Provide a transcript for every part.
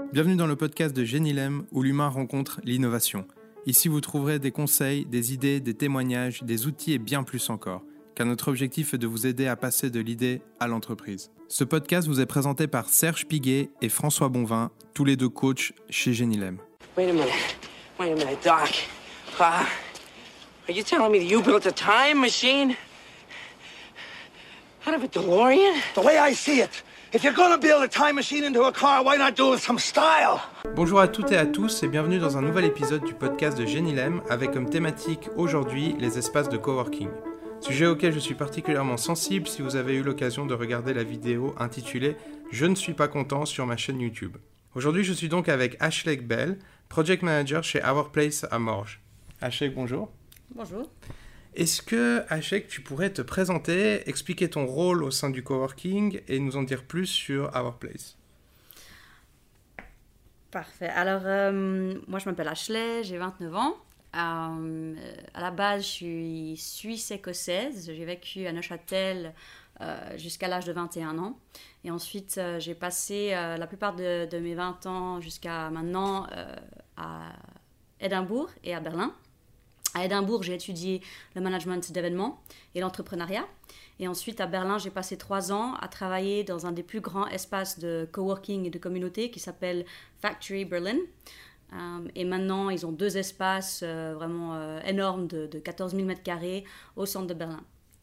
Bienvenue dans le podcast de Genilem où l'humain rencontre l'innovation. Ici, vous trouverez des conseils, des idées, des témoignages, des outils et bien plus encore. Car notre objectif est de vous aider à passer de l'idée à l'entreprise. Ce podcast vous est présenté par Serge Piguet et François Bonvin, tous les deux coachs chez Genilem. Wait a minute, Doc. Are you telling me that you built a time machine? Out of a DeLorean? The way I see it, if you're gonna build a time machine into a car, why not do it with some style? Bonjour à toutes et à tous et bienvenue dans un nouvel épisode du podcast de Genilem avec comme thématique aujourd'hui les espaces de coworking. Sujet auquel je suis particulièrement sensible si vous avez eu l'occasion de regarder la vidéo intitulée « Je ne suis pas content » sur ma chaîne YouTube. Aujourd'hui, je suis donc avec Ashley Bell, Project Manager chez Our Place à Morges. Ashley, bonjour. Bonjour. Est-ce que, Ashley, tu pourrais te présenter, expliquer ton rôle au sein du coworking et nous en dire plus sur Our Place ? Parfait. Alors, moi, je m'appelle Ashley, j'ai 29 ans. À la base, je suis suisse-écossaise. J'ai vécu à Neuchâtel jusqu'à l'âge de 21 ans. Et ensuite, j'ai passé la plupart de mes 20 ans jusqu'à maintenant à Édimbourg et à Berlin. À Édimbourg, j'ai étudié le management d'événements et l'entrepreneuriat. Et ensuite, à Berlin, j'ai passé 3 ans à travailler dans un des plus grands espaces de coworking et de communauté qui s'appelle Factory Berlin. Et maintenant, ils ont 2 espaces vraiment énormes de 14 000 m² au centre de Berlin.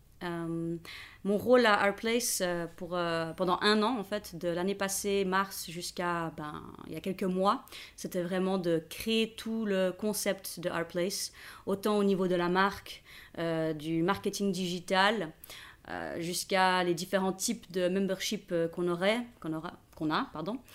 Mon rôle à Our Place pendant 1 an, en fait, de l'année passée, mars, jusqu'à il y a quelques mois, c'était vraiment de créer tout le concept de Our Place, autant au niveau de la marque, du marketing digital, jusqu'à les différents types de membership qu'on a,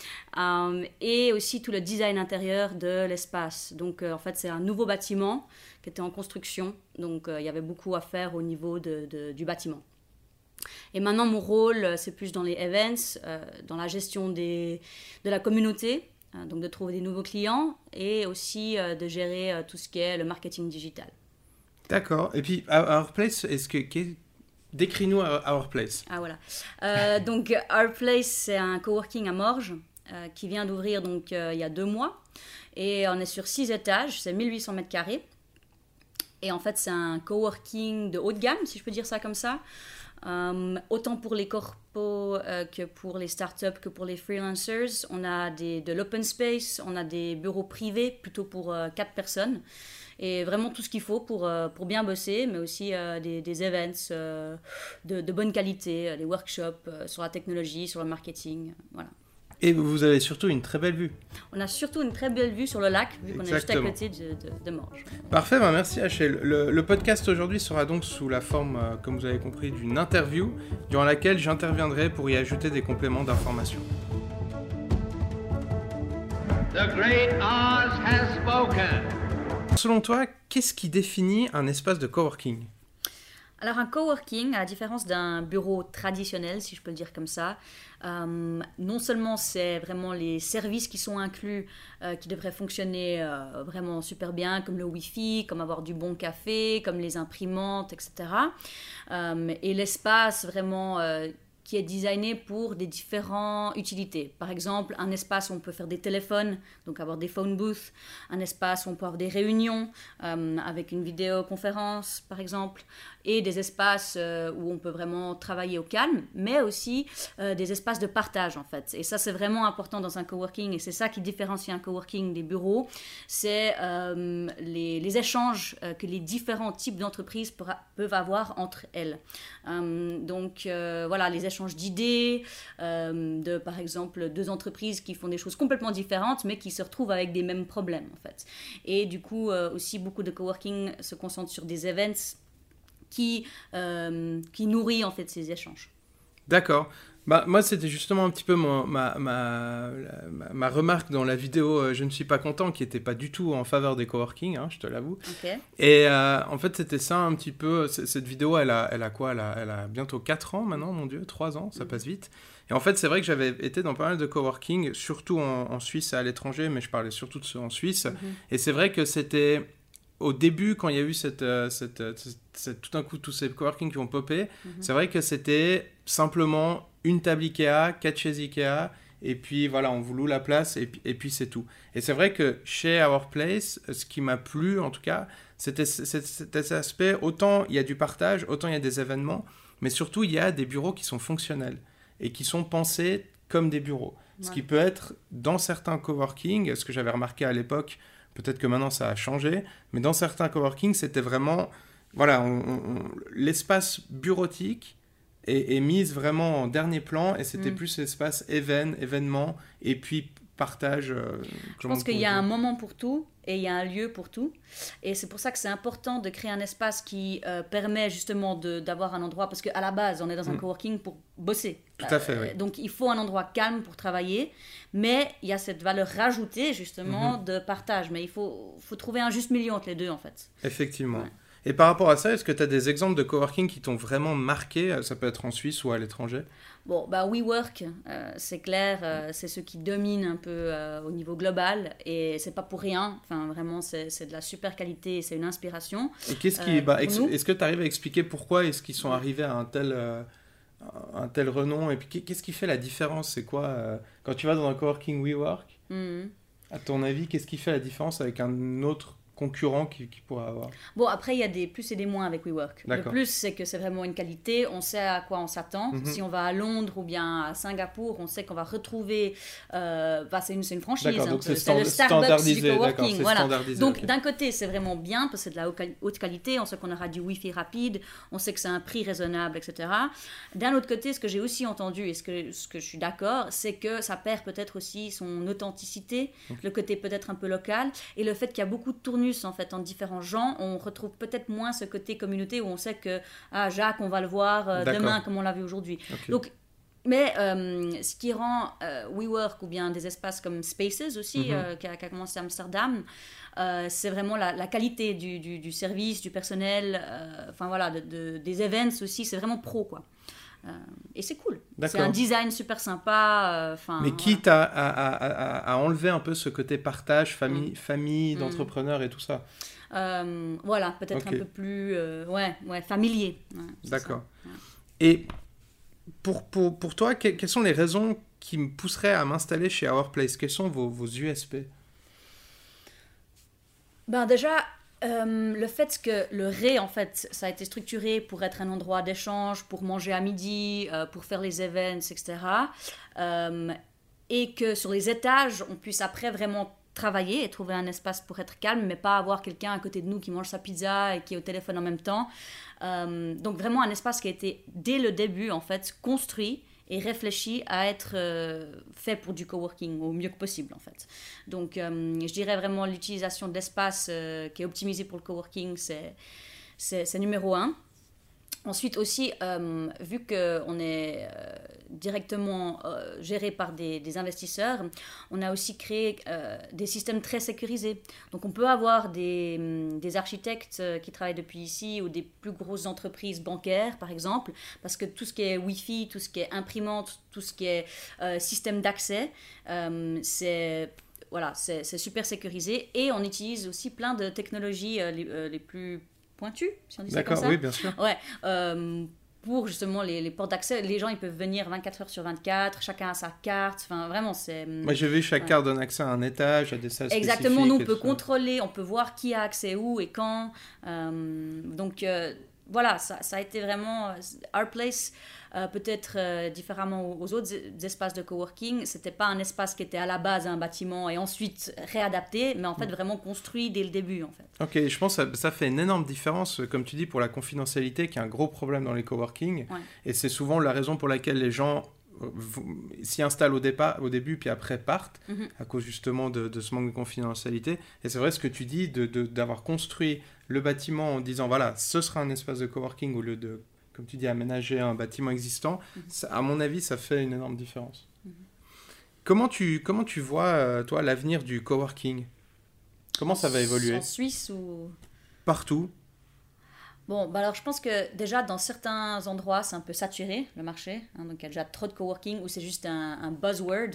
et aussi tout le design intérieur de l'espace. Donc, en fait, c'est un nouveau bâtiment qui était en construction. Donc, il y avait beaucoup à faire au niveau du bâtiment. Et maintenant, mon rôle, c'est plus dans les events, dans la gestion de la communauté, donc de trouver des nouveaux clients et aussi de gérer tout ce qui est le marketing digital. D'accord. Et puis, Our Place, décris-nous Our Place. Ah voilà. Donc Our Place, c'est un coworking à Morges qui vient d'ouvrir donc il y a 2 mois et on est sur 6 étages, c'est 1800 m². Et en fait, c'est un coworking de haut de gamme, si je peux dire ça comme ça. Autant pour les corpos que pour les startups, que pour les freelancers. On a de l'open space, on a des bureaux privés plutôt pour 4 personnes. Et vraiment tout ce qu'il faut pour bien bosser, mais aussi des events de bonne qualité, des workshops sur la technologie, sur le marketing, voilà. Et vous avez surtout une très belle vue. On a surtout une très belle vue sur le lac, vu qu'on est juste à côté de Morges. Parfait, merci Achille. Le podcast aujourd'hui sera donc sous la forme, comme vous avez compris, d'une interview, durant laquelle j'interviendrai pour y ajouter des compléments d'information. The great Oz has spoken. Selon toi, qu'est-ce qui définit un espace de coworking ? Alors un coworking, à la différence d'un bureau traditionnel, si je peux le dire comme ça, non seulement c'est vraiment les services qui sont inclus qui devraient fonctionner vraiment super bien, comme le Wi-Fi, comme avoir du bon café, comme les imprimantes, etc. Et l'espace vraiment qui est designé pour des différentes utilités. Par exemple, un espace où on peut faire des téléphones, donc avoir des phone booths, un espace où on peut avoir des réunions avec une vidéoconférence, par exemple, et des espaces où on peut vraiment travailler au calme, mais aussi des espaces de partage, en fait. Et ça, c'est vraiment important dans un coworking, et c'est ça qui différencie un coworking des bureaux, c'est les échanges que les différents types d'entreprises peuvent avoir entre elles. Donc, voilà, les échanges d'idées, de par exemple 2 entreprises qui font des choses complètement différentes mais qui se retrouvent avec des mêmes problèmes en fait. Et du coup aussi beaucoup de coworking se concentrent sur des events qui nourrit en fait ces échanges. D'accord. Moi, c'était justement un petit peu ma remarque dans la vidéo « Je ne suis pas content » qui n'était pas du tout en faveur des coworking, je te l'avoue. Okay. Et en fait, c'était ça un petit peu... Cette vidéo, elle a quoi ? Elle a bientôt 4 ans maintenant, mon Dieu, 3 ans, ça passe vite. Et en fait, c'est vrai que j'avais été dans pas mal de coworking, surtout en Suisse et à l'étranger, mais je parlais surtout de ceux en Suisse. Et c'est vrai que c'était... Au début, quand il y a eu tout d'un coup tous ces coworking qui ont popé, c'est vrai que c'était simplement une table Ikea, 4 chaises Ikea et puis voilà, on vous loue la place, et puis c'est tout. Et c'est vrai que chez Our Place, ce qui m'a plu en tout cas, c'était cet aspect, autant il y a du partage, autant il y a des événements, mais surtout il y a des bureaux qui sont fonctionnels, et qui sont pensés comme des bureaux. Ce qui peut être, dans certains coworking, ce que j'avais remarqué à l'époque, peut-être que maintenant ça a changé, mais dans certains coworking, c'était vraiment, voilà, l'espace bureautique est mise vraiment en dernier plan, et c'était plus l'espace événement, et puis partage. Je pense qu'il y a un moment pour tout, et il y a un lieu pour tout. Et c'est pour ça que c'est important de créer un espace qui permet justement d'avoir un endroit, parce qu'à la base, on est dans un coworking pour bosser. Tout à fait, oui. Donc il faut un endroit calme pour travailler, mais il y a cette valeur rajoutée justement de partage. Mais il faut trouver un juste milieu entre les deux en fait. Effectivement. Ouais. Et par rapport à ça, est-ce que tu as des exemples de coworking qui t'ont vraiment marqué? Ça peut être en Suisse ou à l'étranger. Bon, WeWork, c'est clair, c'est ceux qui dominent un peu au niveau global, et c'est pas pour rien. Enfin, vraiment, c'est de la super qualité, c'est une inspiration. Et est-ce que tu arrives à expliquer pourquoi est-ce qu'ils sont arrivés à un tel renom? Et puis, qu'est-ce qui fait la différence? C'est quoi quand tu vas dans un coworking WeWork, à ton avis, qu'est-ce qui fait la différence avec un autre concurrent qui pourrait avoir? Bon, après, il y a des plus et des moins avec WeWork. Le plus, c'est que c'est vraiment une qualité, on sait à quoi on s'attend. Si on va à Londres ou bien à Singapour, on sait qu'on va retrouver... c'est une franchise. Donc c'est le Starbucks du coworking. Voilà. Donc, d'un côté, c'est vraiment bien, parce que c'est de la haute qualité, on sait qu'on aura du Wi-Fi rapide, on sait que c'est un prix raisonnable, etc. D'un autre côté, ce que j'ai aussi entendu, et ce que je suis d'accord, c'est que ça perd peut-être aussi son authenticité, le côté peut-être un peu local, et le fait qu'il y a beaucoup de tournus en fait entre différents gens, on retrouve peut-être moins ce côté communauté où on sait que Jacques, on va le voir demain comme on l'a vu aujourd'hui. Donc, mais ce qui rend WeWork ou bien des espaces comme Spaces aussi, qui a commencé à Amsterdam, c'est vraiment la qualité du service, du personnel, enfin voilà, des events aussi, c'est vraiment pro quoi. Et c'est cool. C'est un design super sympa. Mais quitte à enlever un peu ce côté partage, famille d'entrepreneurs et tout ça. Voilà, peut-être un peu plus familier. Ouais, d'accord. Ça. Ouais. Et pour toi, quelles sont les raisons qui me pousseraient à m'installer chez Our Place? Quels sont vos USP? Déjà... le fait que le Ré, en fait, ça a été structuré pour être un endroit d'échange, pour manger à midi, pour faire les events, etc. Et que sur les étages, on puisse après vraiment travailler et trouver un espace pour être calme, mais pas avoir quelqu'un à côté de nous qui mange sa pizza et qui est au téléphone en même temps. Donc vraiment un espace qui a été, dès le début, en fait, construit et réfléchi à être fait pour du coworking au mieux que possible en fait. Donc je dirais vraiment l'utilisation de l'espace qui est optimisé pour le coworking, c'est numéro 1. Ensuite aussi, vu qu'on est directement géré par des investisseurs, on a aussi créé des systèmes très sécurisés. Donc on peut avoir des architectes qui travaillent depuis ici ou des plus grosses entreprises bancaires par exemple, parce que tout ce qui est Wi-Fi, tout ce qui est imprimante, tout ce qui est système d'accès, c'est super sécurisé, et on utilise aussi plein de technologies les plus pointues, si on dit ça comme ça. D'accord, oui, bien sûr. Ouais, pour justement les portes d'accès, les gens ils peuvent venir 24 heures sur 24, chacun a sa carte, enfin vraiment c'est... Moi j'ai vu chaque carte donne accès à un étage, à des salles spécifiques. Exactement, nous on peut contrôler, on peut voir qui a accès où et quand, donc voilà, ça a été vraiment... Our Place, peut-être différemment aux autres espaces de coworking, c'était pas un espace qui était à la base un bâtiment et ensuite réadapté, mais en fait vraiment construit dès le début en fait. Ok, je pense que ça fait une énorme différence, comme tu dis, pour la confidentialité, qui est un gros problème dans les coworking, et c'est souvent la raison pour laquelle les gens s'y installent au début, puis après partent, à cause justement de ce manque de confidentialité. Et c'est vrai ce que tu dis, d'avoir construit le bâtiment en disant, voilà, ce sera un espace de coworking au lieu de, comme tu dis, aménager un bâtiment existant. Ça, à mon avis, ça fait une énorme différence. Comment tu vois, toi, l'avenir du coworking? Comment ça va évoluer? En Suisse ou... Partout. Bon, alors je pense que déjà dans certains endroits c'est un peu saturé le marché, donc il y a déjà trop de coworking ou c'est juste un buzzword,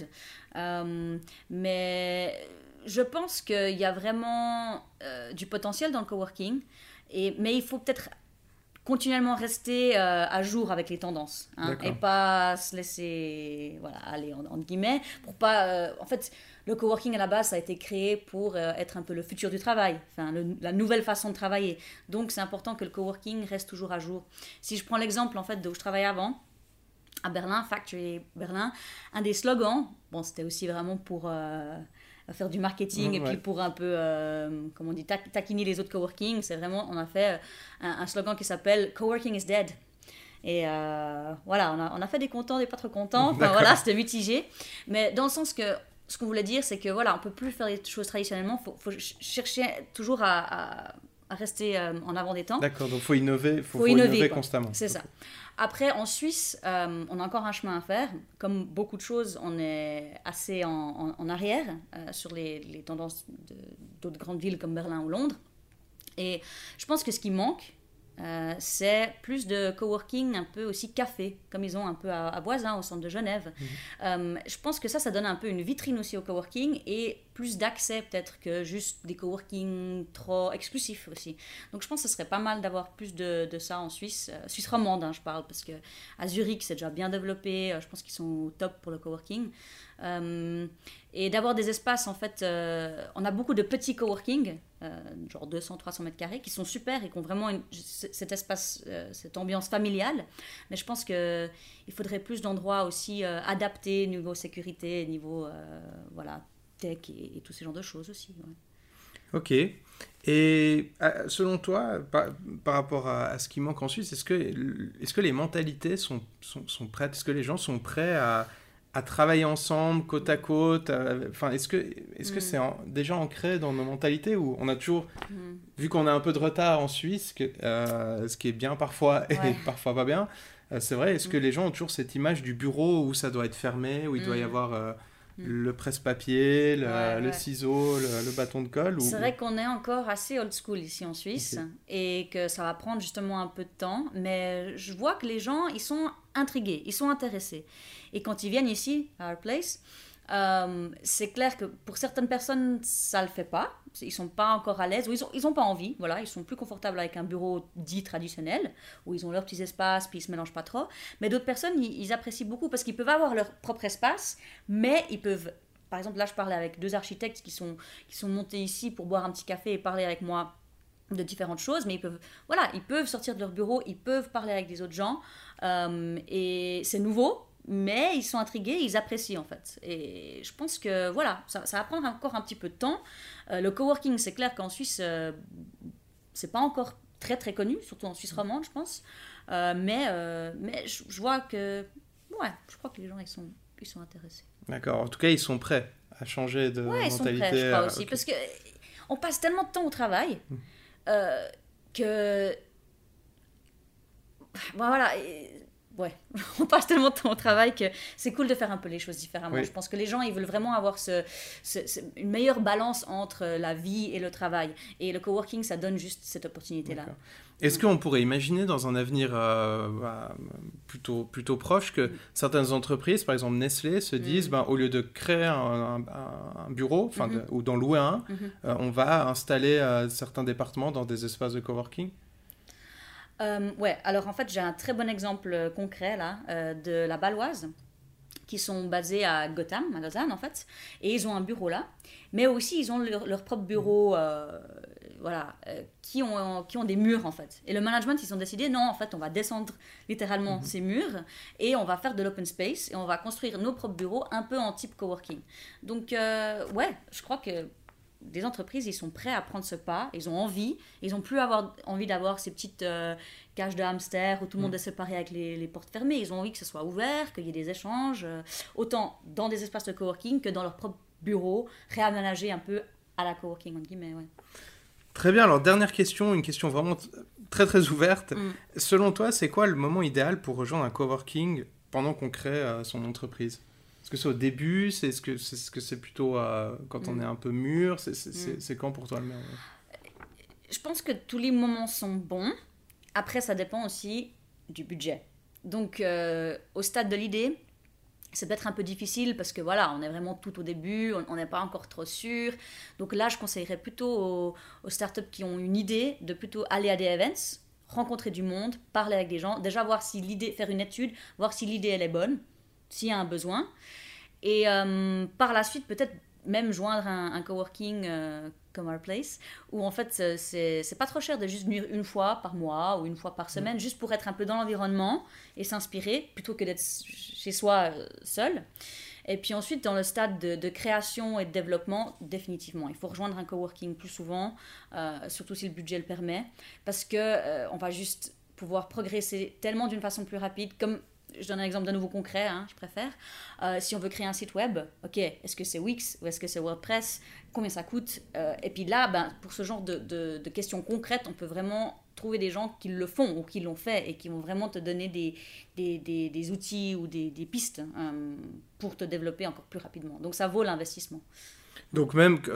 mais je pense qu'il y a vraiment du potentiel dans le coworking, mais il faut peut-être continuellement rester à jour avec les tendances, hein, D'accord. et pas se laisser aller entre guillemets, pour pas... en fait, le coworking à la base, ça a été créé pour être un peu le futur du travail, enfin, la nouvelle façon de travailler. Donc c'est important que le coworking reste toujours à jour. Si je prends l'exemple en fait d'où je travaillais avant, à Berlin, Factory Berlin, un des slogans, bon, c'était aussi vraiment pour faire du marketing et puis pour un peu, comment on dit, taquiner les autres coworking. C'est vraiment, on a fait un slogan qui s'appelle Coworking is dead. Et voilà, on a fait des contents, des pas trop contents. Enfin voilà, c'était mitigé. Mais dans le sens que ce qu'on voulait dire, c'est que voilà, on peut plus faire les choses traditionnellement. Faut chercher toujours à rester en avant des temps. D'accord, donc faut innover constamment. C'est ça. Après, en Suisse, on a encore un chemin à faire. Comme beaucoup de choses, on est assez en arrière sur les tendances d'autres grandes villes comme Berlin ou Londres. Et je pense que ce qui manque, c'est plus de coworking, un peu aussi café, comme ils ont un peu à Boisin, au centre de Genève. Je pense que ça donne un peu une vitrine aussi au coworking et plus d'accès peut-être que juste des coworking trop exclusifs aussi. Donc je pense que ce serait pas mal d'avoir plus de ça en Suisse, Suisse romande, hein, je parle, parce que à Zurich c'est déjà bien développé, je pense qu'ils sont au top pour le coworking. Et d'avoir des espaces, en fait, on a beaucoup de petits coworking, genre 200-300 mètres carrés, qui sont super et qui ont vraiment cet espace, cette ambiance familiale. Mais je pense qu'il faudrait plus d'endroits aussi adaptés, niveau sécurité, niveau tech et tous ces genres de choses aussi. Ouais. Ok. Et selon toi, par rapport à ce qui manque en Suisse, est-ce que les mentalités sont prêtes? Est-ce que les gens sont prêts à travailler ensemble, côte à côte? Enfin, est-ce que c'est déjà ancré dans nos mentalités, ou on a toujours, vu qu'on a un peu de retard en Suisse, ce qui est bien parfois et parfois pas bien, c'est vrai, est-ce que les gens ont toujours cette image du bureau où ça doit être fermé, où il doit y avoir le presse-papier, le ciseau, le bâton de colle? C'est vrai qu'on est encore assez old school ici en Suisse, et que ça va prendre justement un peu de temps, mais je vois que les gens, ils sont intrigués, ils sont intéressés. Et quand ils viennent ici, à Our Place, c'est clair que pour certaines personnes, ça ne le fait pas. Ils ne sont pas encore à l'aise, ou ils ont pas envie. Voilà, ils sont plus confortables avec un bureau dit traditionnel, où ils ont leurs petits espaces, puis ils ne se mélangent pas trop. Mais d'autres personnes, ils apprécient beaucoup parce qu'ils peuvent avoir leur propre espace, mais ils peuvent... Par exemple, là, je parlais avec 2 architectes qui sont montés ici pour boire un petit café et parler avec moi de différentes choses, mais ils peuvent sortir de leur bureau, ils peuvent parler avec des autres gens, et c'est nouveau, mais ils sont intrigués, ils apprécient en fait. Et je pense que voilà, ça va prendre encore un petit peu de temps. Le coworking, c'est clair qu'en Suisse, c'est pas encore très très connu, surtout en Suisse romande, je pense. Mais je vois que, je crois que les gens ils sont intéressés. D'accord. En tout cas, ils sont prêts à changer de mentalité. Ils sont prêts, je crois aussi, parce que on passe tellement de temps au travail que voilà. On passe tellement de temps au travail que c'est cool de faire un peu les choses différemment. Oui. Je pense que les gens, ils veulent vraiment avoir une meilleure balance entre la vie et le travail. Et le coworking, ça donne juste cette opportunité-là. D'accord. Est-ce qu'on pourrait imaginer dans un avenir plutôt proche que certaines entreprises, par exemple Nestlé, se disent, au lieu de créer un bureau, ou d'en louer un, on va installer certains départements dans des espaces de coworking? Alors en fait j'ai un très bon exemple concret là de la Baloise, qui sont basés à Gotham, à Lausanne en fait, et ils ont un bureau là, mais aussi ils ont leur propre bureau, qui ont des murs en fait. Et le management ils ont décidé non, en fait on va descendre littéralement ces murs et on va faire de l'open space et on va construire nos propres bureaux un peu en type coworking. Donc je crois que des entreprises, ils sont prêts à prendre ce pas, ils ont envie, ils n'ont plus envie d'avoir ces petites cages de hamster où tout le monde est séparé avec les portes fermées. Ils ont envie que ce soit ouvert, qu'il y ait des échanges, autant dans des espaces de coworking que dans leur propre bureau, réaménagés un peu à la coworking, entre guillemets. Ouais. Très bien, alors dernière question, une question vraiment très très ouverte. Selon toi, c'est quoi le moment idéal pour rejoindre un coworking pendant qu'on crée son entreprise ? Est-ce que c'est au début? Est-ce que c'est plutôt quand on est un peu mûr? C'est quand pour toi le meilleur? Je pense que tous les moments sont bons. Après, ça dépend aussi du budget. Donc, au stade de l'idée, c'est peut-être un peu difficile parce que voilà, on est vraiment tout au début, on n'est pas encore trop sûr. Donc là, je conseillerais plutôt aux startups qui ont une idée de plutôt aller à des events, rencontrer du monde, parler avec des gens, déjà faire une étude, voir si l'idée elle est bonne, s'il y a un besoin. Et par la suite, peut-être même joindre un coworking comme Our Place, où en fait, c'est pas trop cher de juste venir une fois par mois ou une fois par semaine, juste pour être un peu dans l'environnement et s'inspirer, plutôt que d'être chez soi seul. Et puis ensuite, dans le stade de création et de développement, définitivement, il faut rejoindre un coworking plus souvent, surtout si le budget le permet, parce que on va juste pouvoir progresser tellement d'une façon plus rapide, comme... Je donne un exemple de nouveau concret, je préfère. Si on veut créer un site web, ok, est-ce que c'est Wix ou est-ce que c'est WordPress? Combien ça coûte? Et puis là, pour ce genre de questions concrètes, on peut vraiment trouver des gens qui le font ou qui l'ont fait et qui vont vraiment te donner des outils ou des pistes pour te développer encore plus rapidement. Donc ça vaut l'investissement. Donc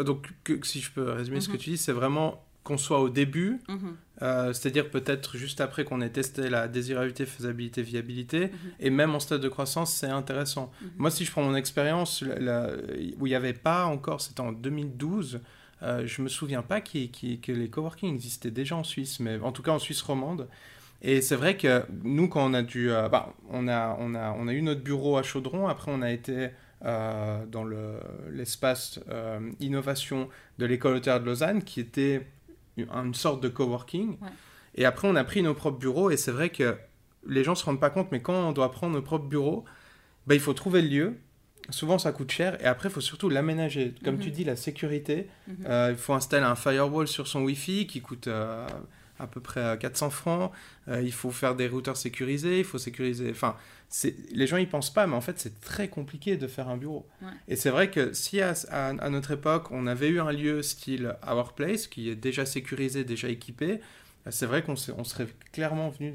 si je peux résumer ce que tu dis, c'est vraiment qu'on soit au début, c'est-à-dire peut-être juste après qu'on ait testé la désirabilité, faisabilité, viabilité, et même en stade de croissance, c'est intéressant. Moi, si je prends mon expérience, où il n'y avait pas encore, c'était en 2012, je ne me souviens pas que les coworking existaient déjà en Suisse, mais en tout cas en Suisse romande. Et c'est vrai que nous, quand on a dû... on a eu notre bureau à Chaudron, après on a été... dans l'espace innovation de l'école hôtelière de Lausanne, qui était une sorte de coworking. Ouais. Et après, on a pris nos propres bureaux, et c'est vrai que les gens ne se rendent pas compte, mais quand on doit prendre nos propres bureaux, il faut trouver le lieu. Souvent, ça coûte cher, et après, il faut surtout l'aménager. Comme tu dis, la sécurité. Il faut installer un firewall sur son Wi-Fi qui coûte... à peu près 400 francs, il faut faire des routeurs sécurisés, il faut sécuriser... Enfin, les gens n'y pensent pas, mais en fait, c'est très compliqué de faire un bureau. Ouais. Et c'est vrai que si à notre époque, on avait eu un lieu style Our Place, qui est déjà sécurisé, déjà équipé, c'est vrai qu'on serait clairement venu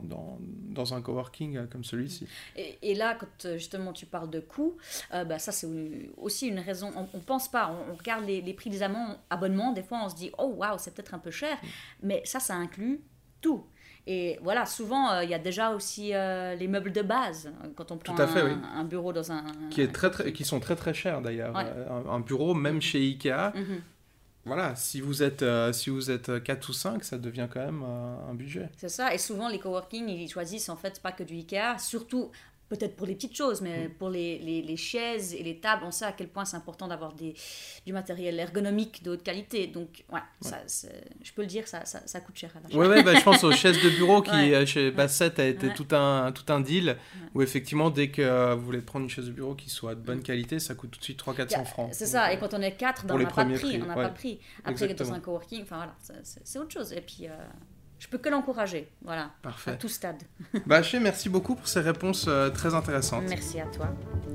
dans un coworking comme celui-ci. Et là, quand justement tu parles de coûts, ça c'est aussi une raison. On ne pense pas, on regarde les prix des abonnements, des fois on se dit « Oh, waouh, c'est peut-être un peu cher », mais ça inclut tout. Et voilà, souvent, il y a déjà aussi les meubles de base, quand on prend un bureau dans un... Qui sont très très chers d'ailleurs. Ouais. Un bureau, même chez Ikea... Voilà, si vous êtes 4 ou 5, ça devient quand même un budget. C'est ça, et souvent les coworking, ils choisissent en fait pas que du Ikea, surtout peut-être pour les petites choses, mais pour les chaises et les tables, on sait à quel point c'est important d'avoir du matériel ergonomique de haute qualité. Donc, ça, je peux le dire, ça coûte cher à l'achat. Oui, je pense aux chaises de bureau qui, chez Bassett, a été tout un deal, où effectivement, dès que vous voulez prendre une chaise de bureau qui soit de bonne qualité, ça coûte tout de suite 300-400 francs. C'est ça, et quand on est 4, on n'a pas de prix. On n'a pas de prix. Après, dans un coworking, c'est autre chose. Et puis... je peux que l'encourager, voilà. Parfait. À tout stade. Bachir, merci beaucoup pour ces réponses très intéressantes. Merci à toi.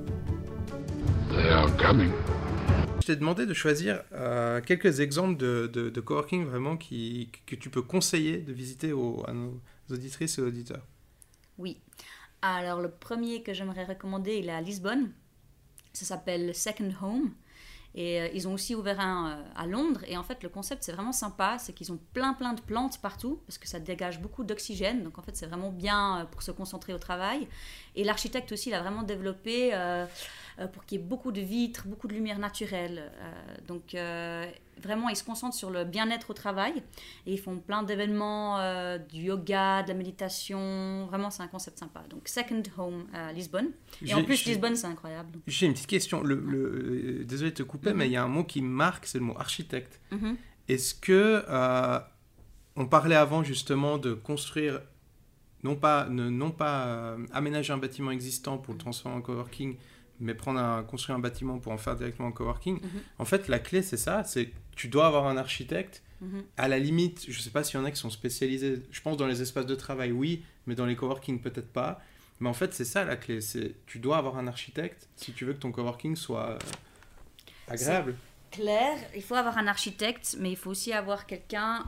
They are coming. Je t'ai demandé de choisir quelques exemples de coworking vraiment que tu peux conseiller de visiter à nos auditrices et auditeurs. Oui. Alors, le premier que j'aimerais recommander, il est à Lisbonne. Ça s'appelle Second Home. Et ils ont aussi ouvert un à Londres. Et en fait, le concept, c'est vraiment sympa. C'est qu'ils ont plein de plantes partout parce que ça dégage beaucoup d'oxygène. Donc, en fait, c'est vraiment bien pour se concentrer au travail. Et l'architecte aussi, il a vraiment développé pour qu'il y ait beaucoup de vitres, beaucoup de lumière naturelle. Donc, vraiment, ils se concentrent sur le bien-être au travail. Et ils font plein d'événements, du yoga, de la méditation. Vraiment, c'est un concept sympa. Donc, Second Home à Lisbonne. Et en plus, Lisbonne, c'est incroyable. J'ai une petite question. Désolé de te couper, mais il y a un mot qui me marque, c'est le mot architecte. Est-ce que on parlait avant justement de construire, non pas aménager un bâtiment existant pour le transformer en coworking, mais construire un bâtiment pour en faire directement un coworking. En fait, la clé, c'est ça, c'est que tu dois avoir un architecte. À la limite, je ne sais pas s'il y en a qui sont spécialisés, je pense dans les espaces de travail, oui, mais dans les coworking, peut-être pas. Mais en fait, c'est ça la clé, tu dois avoir un architecte si tu veux que ton coworking soit agréable. C'est clair, il faut avoir un architecte, mais il faut aussi avoir quelqu'un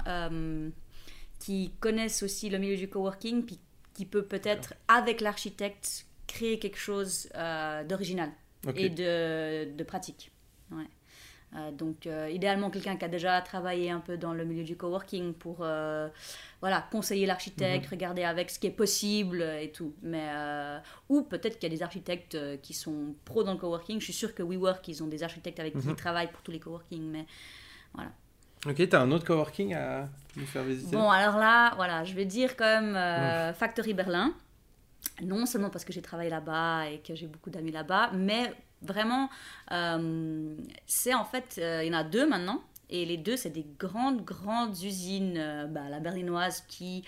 qui connaisse aussi le milieu du coworking, puis qui peut peut-être, avec l'architecte, créer quelque chose d'original et de pratique. Ouais. Donc, idéalement, quelqu'un qui a déjà travaillé un peu dans le milieu du coworking pour conseiller l'architecte, regarder avec ce qui est possible et tout. Mais, ou peut-être qu'il y a des architectes qui sont pros dans le coworking. Je suis sûre que WeWork, ils ont des architectes avec qui ils travaillent pour tous les coworking. Mais voilà. Ok, t'as un autre coworking à nous faire visiter? Bon, alors là, voilà, je vais dire quand même Factory Berlin. Non seulement parce que j'ai travaillé là-bas et que j'ai beaucoup d'amis là-bas, mais vraiment, c'est en fait, il y en a 2 maintenant. Et les 2, c'est des grandes usines, la berlinoise qui,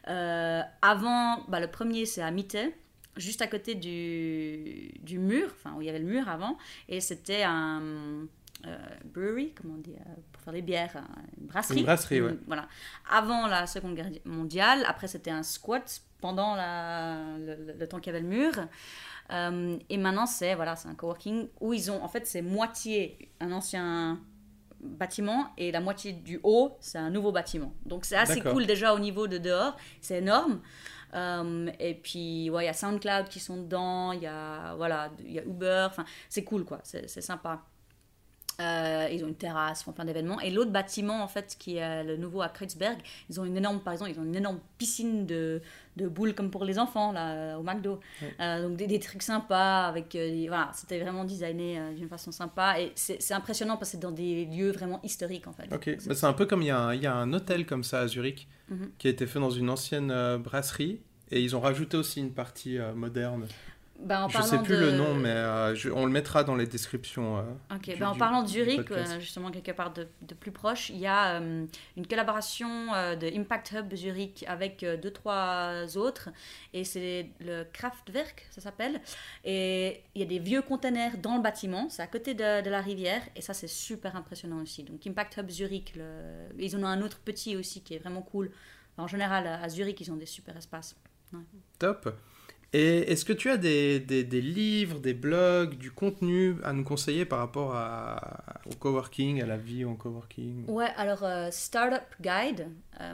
avant, le premier, c'est à Mitte, juste à côté du mur, enfin, où il y avait le mur avant. Et c'était un brewery, comment on dit, pour faire des bières, une brasserie. Une brasserie, ouais. Voilà. Avant la Seconde Guerre mondiale, après, c'était un squat pendant le temps qu'il y avait le mur. Et maintenant, c'est un coworking où ils ont, en fait, c'est moitié un ancien bâtiment et la moitié du haut, c'est un nouveau bâtiment. Donc, c'est assez cool déjà au niveau de dehors. C'est énorme. Et puis, il y a SoundCloud qui sont dedans, il y a Uber. Enfin, c'est cool, quoi. C'est sympa. Ils ont une terrasse, ils font plein d'événements. Et l'autre bâtiment, en fait, qui est le nouveau à Kreuzberg, ils ont une énorme piscine de boules comme pour les enfants, là, au McDo. Ouais. Donc des trucs sympas, avec, c'était vraiment designé d'une façon sympa. Et c'est impressionnant parce que c'est dans des lieux vraiment historiques, en fait. Ok, c'est un peu comme il y a un hôtel comme ça à Zurich, qui a été fait dans une ancienne brasserie. Et ils ont rajouté aussi une partie moderne. Je ne sais plus le nom, mais on le mettra dans les descriptions. En parlant de Zurich, justement quelque part de plus proche, il y a une collaboration de Impact Hub Zurich avec 2-3 autres, et c'est le Kraftwerk, ça s'appelle. Et il y a des vieux containers dans le bâtiment, c'est à côté de la rivière, et ça c'est super impressionnant aussi. Donc Impact Hub Zurich, ils en ont un autre petit aussi qui est vraiment cool. En général, à Zurich, ils ont des super espaces. Ouais. Top. Et est-ce que tu as des livres, des blogs, du contenu à nous conseiller par rapport au coworking, à la vie en coworking? Ouais, alors Startup Guide,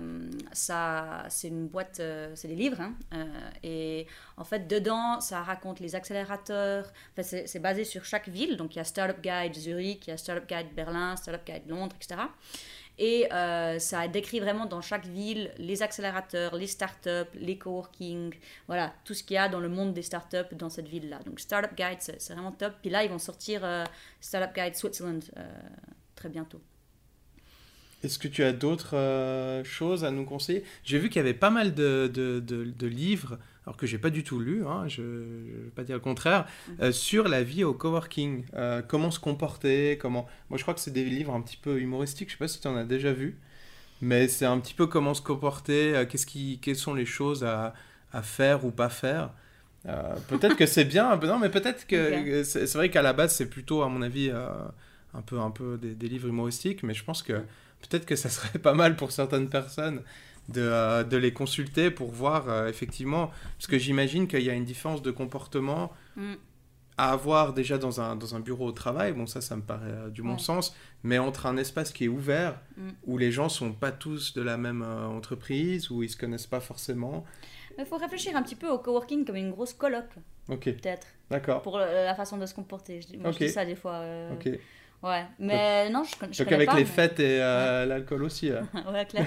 ça, c'est une boîte, c'est des livres, et en fait dedans ça raconte les accélérateurs. Enfin, c'est basé sur chaque ville, donc il y a Startup Guide Zurich, il y a Startup Guide Berlin, Startup Guide Londres, etc. Et ça décrit vraiment dans chaque ville les accélérateurs, les startups, les coworking, voilà, tout ce qu'il y a dans le monde des startups dans cette ville-là. Donc Startup Guide, c'est vraiment top. Puis là, ils vont sortir Startup Guide Switzerland très bientôt. Est-ce que tu as d'autres choses à nous conseiller? J'ai vu qu'il y avait pas mal de livres, alors que j'ai pas du tout lu, je ne vais pas dire le contraire, sur la vie au coworking. Comment se comporter, Moi, je crois que c'est des livres un petit peu humoristiques, je ne sais pas si tu en as déjà vu, mais c'est un petit peu comment se comporter, quelles sont les choses à faire ou pas faire. Peut-être que c'est bien, non, mais peut-être que c'est vrai qu'à la base, c'est plutôt, à mon avis, un peu des livres humoristiques, mais je pense que peut-être que ça serait pas mal pour certaines personnes de les consulter pour voir effectivement, parce que j'imagine qu'il y a une différence de comportement à avoir déjà dans un bureau au travail, bon ça me paraît du bon sens, mais entre un espace qui est ouvert, où les gens sont pas tous de la même entreprise, où ils se connaissent pas forcément. Il faut réfléchir un petit peu au coworking comme une grosse coloc, peut-être. D'accord. Pour la façon de se comporter. Moi, je dis ça des fois. Ok. Ouais, mais non, je connais donc avec pas. les fêtes et l'alcool aussi. Ouais, clair.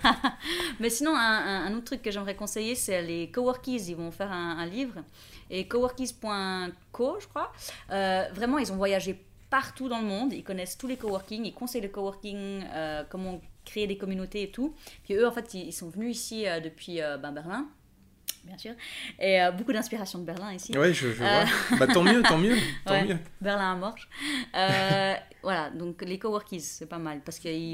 Mais sinon, un autre truc que j'aimerais conseiller, c'est les Coworkies. Ils vont faire un livre. Et coworkies.co, je crois. Vraiment, ils ont voyagé partout dans le monde. Ils connaissent tous les coworking. Ils conseillent le coworking, comment créer des communautés et tout. Puis eux, en fait, ils sont venus ici depuis Berlin. Bien sûr. Et beaucoup d'inspiration de Berlin ici. Oui, je vois. Tant mieux. Tant mieux. Berlin à Morges. Voilà, donc les coworkies, c'est pas mal. Parce qu'ils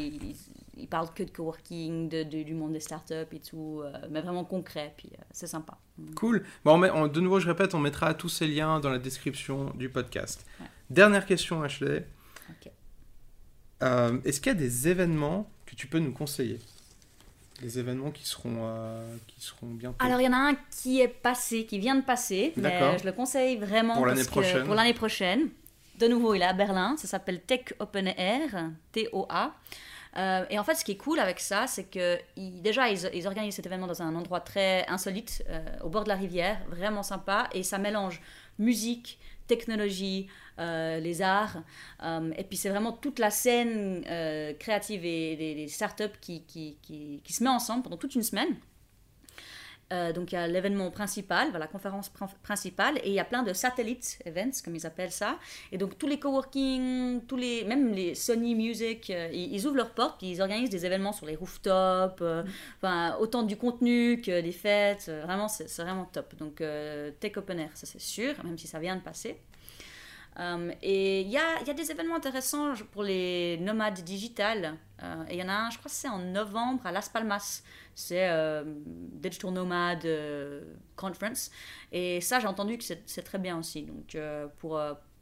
parlent que de coworking, du monde des startups et tout, mais vraiment concret, puis c'est sympa. Cool. Bon, de nouveau, je répète, on mettra tous ces liens dans la description du podcast. Ouais. Dernière question, Ashley. Ok. Est-ce qu'il y a des événements que tu peux nous conseiller? Les événements qui seront bientôt. Alors, il y en a un qui vient de passer, mais je le conseille vraiment pour l'année prochaine. Pour l'année prochaine. De nouveau, il est à Berlin, ça s'appelle Tech Open Air, TOA. Et en fait, ce qui est cool avec ça, c'est que ils organisent cet événement dans un endroit très insolite, au bord de la rivière, vraiment sympa, et ça mélange musique, technologie, les arts, et puis c'est vraiment toute la scène créative et des startups qui se met ensemble pendant toute une semaine. Donc il y a l'événement principal, voilà, la conférence principale, et il y a plein de satellite events, comme ils appellent ça. Et donc tous les coworking, même les Sony Music, ils ouvrent leurs portes, puis ils organisent des événements sur les rooftops, autant du contenu que des fêtes. Vraiment, c'est vraiment top. Donc Tech Open Air, ça c'est sûr, même si ça vient de passer. Et il y a des événements intéressants pour les nomades digitales. Et il y en a un, je crois que c'est en novembre à Las Palmas. C'est Digital Nomad Conference. Et ça, j'ai entendu que c'est très bien aussi. Donc, pour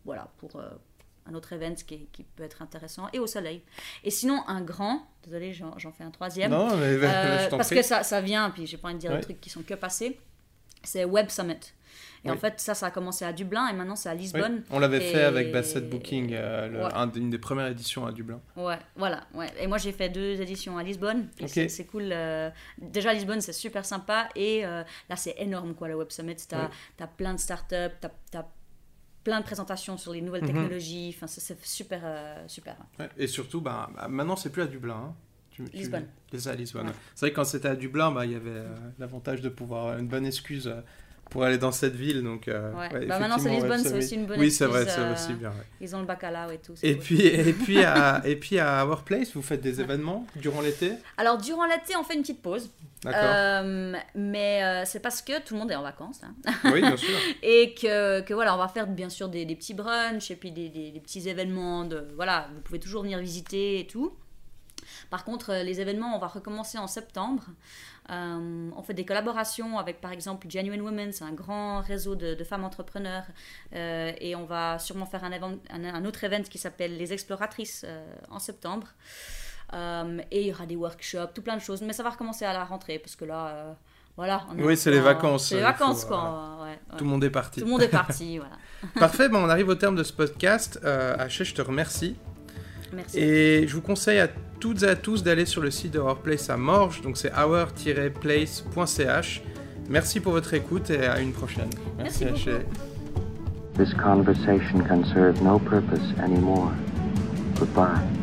un autre event qui peut être intéressant. Et au soleil. Et sinon, un grand... Désolée, j'en fais un troisième. Non, mais je t'en parce prie. que ça vient, puis j'ai pas envie de dire des trucs qui sont que passés. C'est Web Summit. Et en fait, ça a commencé à Dublin et maintenant c'est à Lisbonne. Oui. On l'avait fait avec Bassett Booking, une des premières éditions à Dublin. Ouais, voilà. Ouais. Et moi j'ai fait 2 éditions à Lisbonne. Okay. C'est cool. Déjà, Lisbonne, c'est super sympa. Et là, c'est énorme, quoi, le Web Summit. T'as plein de startups, t'as plein de présentations sur les nouvelles technologies. Enfin, c'est super. Super. Ouais. Et surtout, maintenant, c'est plus à Dublin. Hein. Lisbonne. C'est ça, Lisbonne. Ouais. C'est vrai que quand c'était à Dublin, il y avait l'avantage de pouvoir une bonne excuse pour aller dans cette ville. Donc, maintenant c'est Lisbonne, c'est aussi une bonne excuse. Oui, c'est vrai, c'est aussi bien. Ouais. Ils ont le bacalao et tout. Et puis à Our Place, vous faites des événements durant l'été ? Alors durant l'été, on fait une petite pause. D'accord. Mais c'est parce que tout le monde est en vacances. Hein. Oui, bien sûr. Et que voilà, on va faire bien sûr des petits brunchs et puis des petits événements. Voilà, vous pouvez toujours venir visiter et tout. Par contre, les événements, on va recommencer en septembre. On fait des collaborations avec, par exemple, Genuine Women, c'est un grand réseau de femmes entrepreneurs. Et on va sûrement faire un autre event qui s'appelle Les Exploratrices en septembre. Et il y aura des workshops, tout plein de choses. Mais ça va recommencer à la rentrée, parce que là, voilà. Oui, c'est les vacances. C'est les vacances, quoi. Ouais. Tout le monde est parti. Tout le monde est parti, voilà. Parfait, on arrive au terme de ce podcast. Achille, je te remercie. Merci. Et je vous conseille à toutes et à tous d'aller sur le site de Our Place à Morges, donc c'est our-place.ch. Merci pour votre écoute et à une prochaine. Merci Achille. This conversation can serve no purpose anymore. Goodbye.